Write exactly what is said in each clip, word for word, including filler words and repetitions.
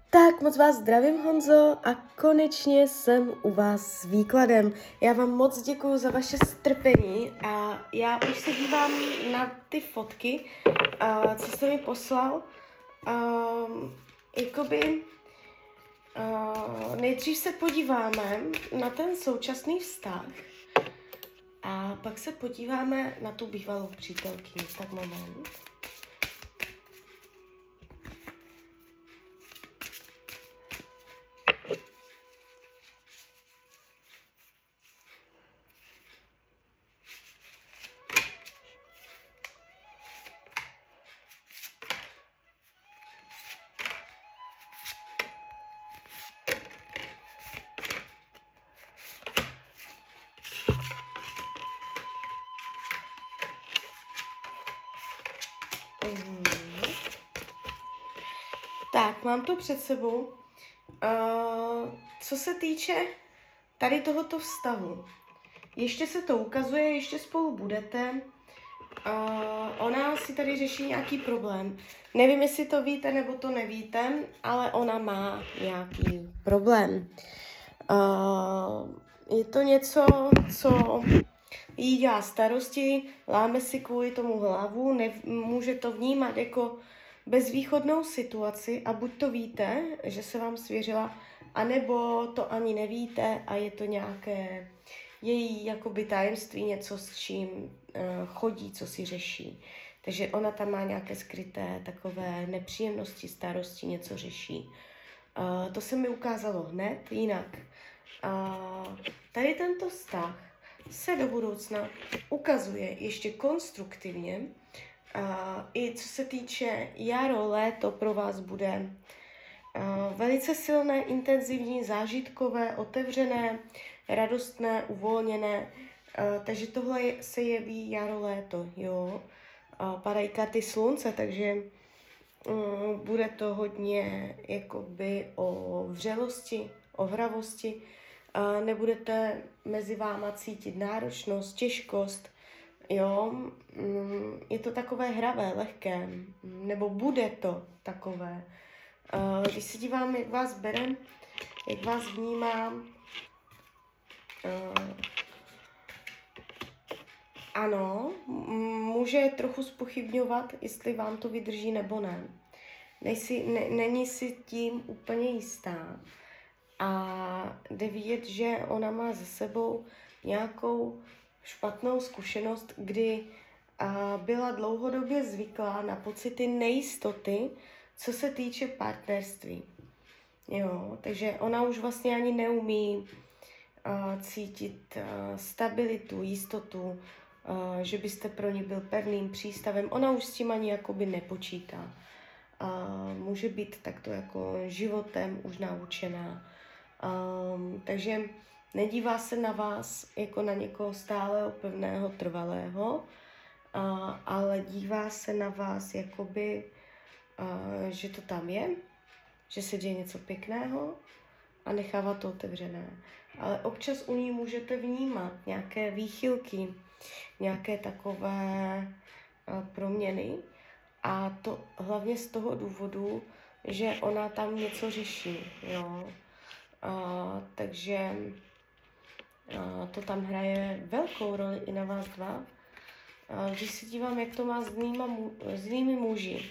Tak moc vás zdravím, Honzo, a konečně jsem u vás s výkladem. Já vám moc děkuju za vaše strpení a já už se dívám na ty fotky, uh, co jste mi poslal. Uh, jakoby uh, nejdřív se podíváme na ten současný vztah a pak se podíváme na tu bývalou přítelkyni. Tak moment. Mhm. Tak, mám to před sebou. Uh, co se týče tady tohoto vztahu, ještě se to ukazuje, ještě spolu budete. Uh, ona si tady řeší nějaký problém. Nevím, jestli to víte, nebo to nevíte, ale ona má nějaký problém. Uh, je to něco, co jí dělá starosti, láme si kvůli tomu hlavu, nemůže to vnímat jako bezvýchodnou situaci a buď to víte, že se vám svěřila, anebo to ani nevíte a je to nějaké její jakoby tajemství, něco, s čím uh, chodí, co si řeší. Takže ona tam má nějaké skryté takové nepříjemnosti, starosti, něco řeší. Uh, to se mi ukázalo hned, jinak. Uh, tady tento vztah se do budoucna ukazuje ještě konstruktivně. Uh, I co se týče jaro, léto pro vás bude uh, velice silné, intenzivní, zážitkové, otevřené, radostné, uvolněné. Uh, takže tohle je, se jeví jaro, léto, jo. Uh, padají karty slunce, takže um, bude to hodně jakoby o vřelosti, o hravosti. Uh, nebudete mezi váma cítit náročnost, těžkost, jo, mm, je to takové hravé, lehké, nebo bude to takové. Uh, když se dívám, jak vás berem, jak vás vnímám, uh, ano, může trochu zpochybňovat, jestli vám to vydrží nebo ne. Nejsi, ne není si tím úplně jistá. A jde vidět, že ona má za sebou nějakou špatnou zkušenost, kdy a, byla dlouhodobě zvyklá na pocity nejistoty, co se týče partnerství. Jo, takže ona už vlastně ani neumí a, cítit a, stabilitu, jistotu, a, že byste pro ní byl pevným přístavem. Ona už s tím ani jakoby nepočítá. A, může být takto jako životem už naučená. Um, takže nedívá se na vás jako na někoho stálého, pevného, trvalého, uh, ale dívá se na vás jakoby, uh, že to tam je, že se děje něco pěkného a nechává to otevřené. Ale občas u ní můžete vnímat nějaké výchylky, nějaké takové uh, proměny a to hlavně z toho důvodu, že ona tam něco řeší, jo. Uh, takže uh, to tam hraje velkou roli i na vás dva. Uh, když se dívám, jak to má s jinýma, s jinými muži.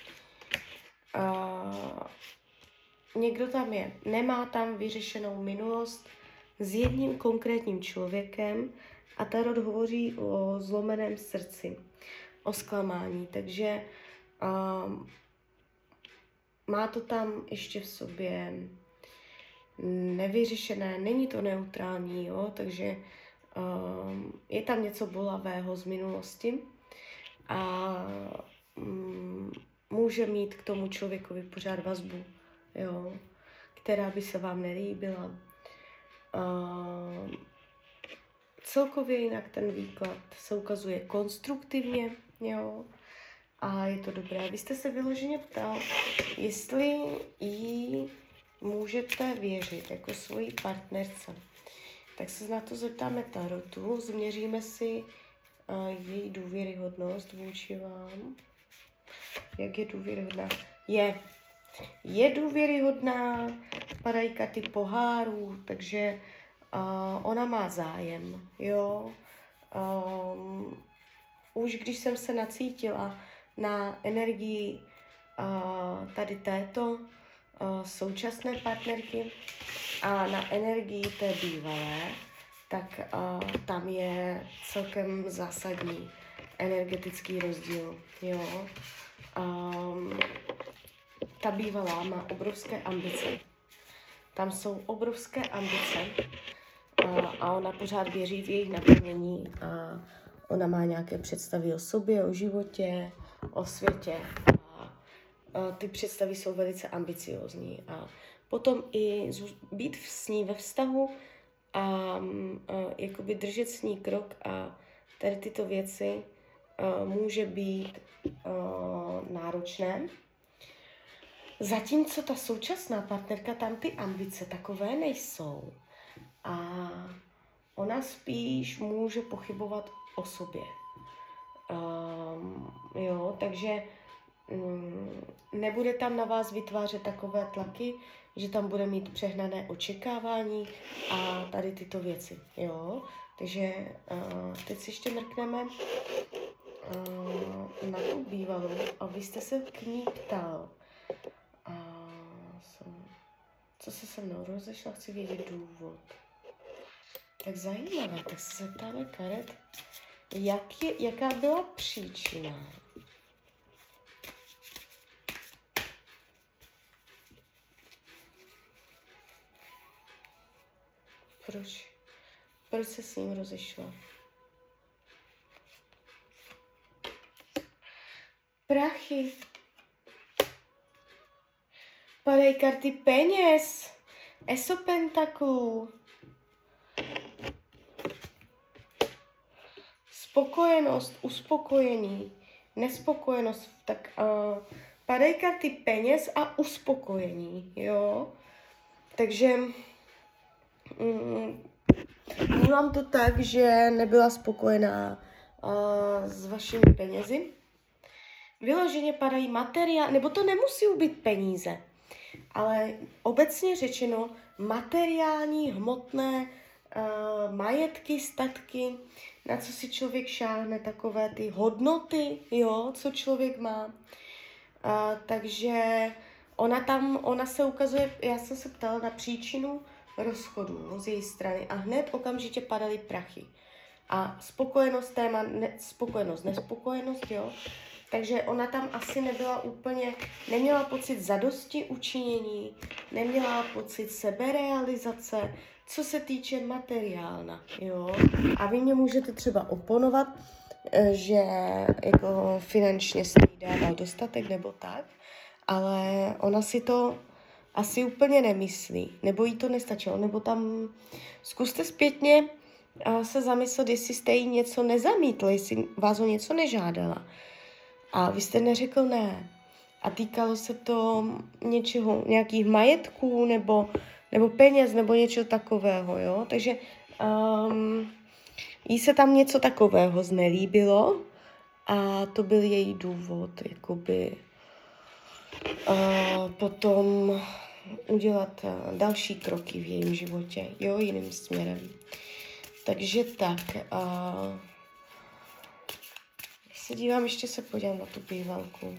Uh, někdo tam je, nemá tam vyřešenou minulost s jedním konkrétním člověkem a tarot hovoří o zlomeném srdci, o zklamání, takže uh, má to tam ještě v sobě nevyřešené, není to neutrální, jo? Takže um, je tam něco bolavého z minulosti a um, může mít k tomu člověkovi pořád vazbu, jo? Která by se vám nelíbila. Um, celkově jinak ten výklad se ukazuje konstruktivně, jo? A je to dobré. Vy jste se vyloženě ptal, jestli jí můžete věřit jako svojí partnerce. Tak se na to zeptáme tarotu, změříme si uh, její důvěryhodnost vůči vám. Jak je důvěryhodná? Je. je důvěryhodná, padají karty pohárů, takže uh, ona má zájem, jo. Um, už když jsem se nacítila na energii uh, tady této uh, současné partnerky a na energii té bývalé, tak uh, tam je celkem zásadní energetický rozdíl, jo. Um, ta bývalá má obrovské ambice. Tam jsou obrovské ambice uh, a ona pořád věří v jejich naplnění a ona má nějaké představy o sobě, o životě, o světě a, a ty představy jsou velice ambiciózní a potom i být s ní ve vztahu a, a jakoby držet s ní krok a tady tyto věci a, může být a, náročné. Zatímco ta současná partnerka, tam ty ambice takové nejsou a ona spíš může pochybovat o sobě. Um, jo, takže um, nebude tam na vás vytvářet takové tlaky, že tam bude mít přehnané očekávání a tady tyto věci, jo. Takže uh, teď si ještě mrkneme uh, na tu bývalou a vy jste se k ní ptal. Uh, so, co se se mnou rozešla, chci vědět důvod. Tak zajímavé, tak se zeptáme karet, jak je, jaká byla příčina. Proč? Proč se s ním rozešla? Prachy. Padají karty peněz. Eso pentaklů. Spokojenost, uspokojení, nespokojenost, tak uh, padají karty peněz a uspokojení, jo. Takže um, vnímám to tak, že nebyla spokojená uh, s vašimi penězi. Vyloženě padají materiál, nebo to nemusí být peníze, ale obecně řečeno materiální, hmotné uh, majetky, statky, na co si člověk šáhne, takové ty hodnoty, jo, co člověk má. Uh, takže ona tam, ona se ukazuje, já jsem se ptala na příčinu rozchodu z její strany a hned okamžitě padaly prachy. A spokojenost téma, ne, spokojenost, nespokojenost, jo. Takže ona tam asi nebyla úplně, neměla pocit zadosti učinění, neměla pocit seberealizace, co se týče materiálna, jo. A vy mě můžete třeba oponovat, že jako finančně s ní dával dostatek nebo tak, ale ona si to asi úplně nemyslí, nebo jí to nestačilo, nebo tam zkuste zpětně se zamyslet, jestli jste jí něco nezamítl, jestli vás o něco nežádala. A vy jste neřekl ne. A týkalo se to něčeho, nějakých majetků nebo, nebo peněz nebo něčeho takového, jo. Takže um, jí se tam něco takového znelíbilo a to byl její důvod, jakoby uh, potom udělat uh, další kroky v jejím životě, jo, jiným směrem. Takže tak, uh, se dívám, ještě se podívám na tu bývalku.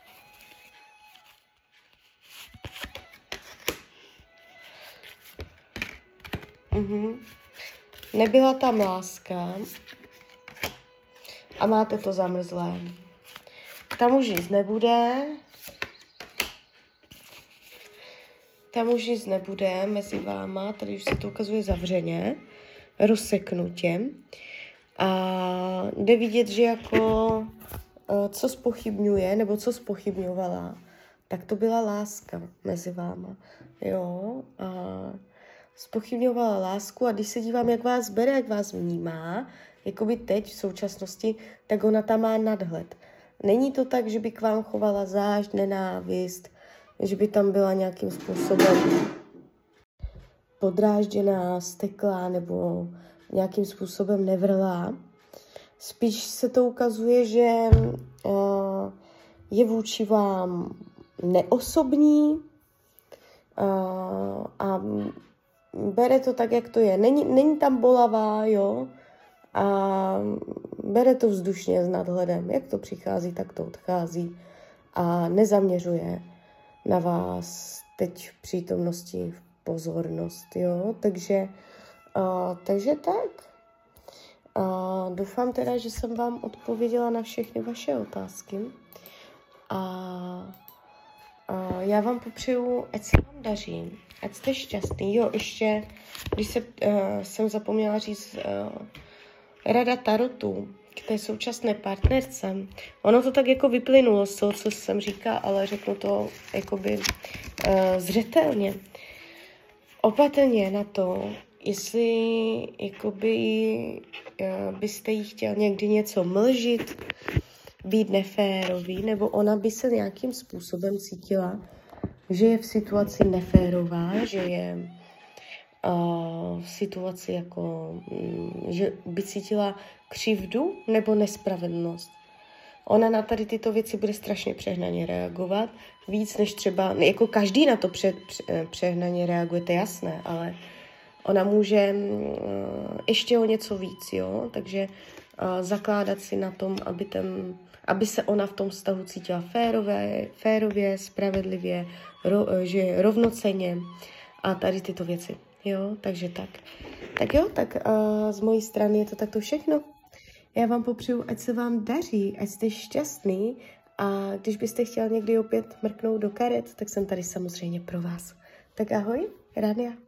Mhm. Nebyla tam láska a máte to zamrzlé. Tam už nic nebude. Tam už nic nebude mezi váma. Tady už se to ukazuje zavřeně, rozseknutě. A jde vidět, že jako co zpochybňuje, nebo co zpochybňovala, tak to byla láska mezi váma. Jo, a zpochybňovala lásku a když se dívám, jak vás bere, jak vás vnímá, jakoby teď v současnosti, tak ona tam má nadhled. Není to tak, že by k vám chovala zášť, nenávist, že by tam byla nějakým způsobem podrážděná, steklá nebo nějakým způsobem nevrlá. Spíš se to ukazuje, že uh, je vůči vám neosobní uh, a bere to tak, jak to je. Není, není tam bolavá, jo, a bere to vzdušně s nadhledem. Jak to přichází, tak to odchází a nezaměřuje na vás teď v přítomnosti pozornost, jo, takže, uh, takže tak. Uh, doufám teda, že jsem vám odpověděla na všechny vaše otázky a uh, já vám popřeju, ať se vám daří, ať jste šťastný. Jo, ještě, když se, uh, jsem zapomněla říct uh, rada tarotu k té současné partnerce. Ono to tak jako vyplynulo z toho, co jsem říkala, ale řeknu to jakoby uh, zřetelně. Opatrně na to, jestli jakoby uh, byste jí chtěl někdy něco mlžit, být neférový, nebo ona by se nějakým způsobem cítila, že je v situaci neférová, že je uh, v situaci jako, um, že by cítila křivdu nebo nespravedlnost. Ona na tady tyto věci bude strašně přehnaně reagovat, víc než třeba, jako každý na to pře, pře, přehnaně reaguje, to je jasné, ale ona může uh, ještě o něco víc, jo, takže uh, zakládat si na tom, aby, ten, aby se ona v tom vztahu cítila férové, férově, spravedlivě, ro, že rovnocenně a tady tyto věci, jo, takže tak. Tak jo, tak uh, z mojí strany je to takto všechno. Já vám popřeju, ať se vám daří, ať jste šťastný a když byste chtěl někdy opět mrknout do karet, tak jsem tady samozřejmě pro vás. Tak ahoj, Rania.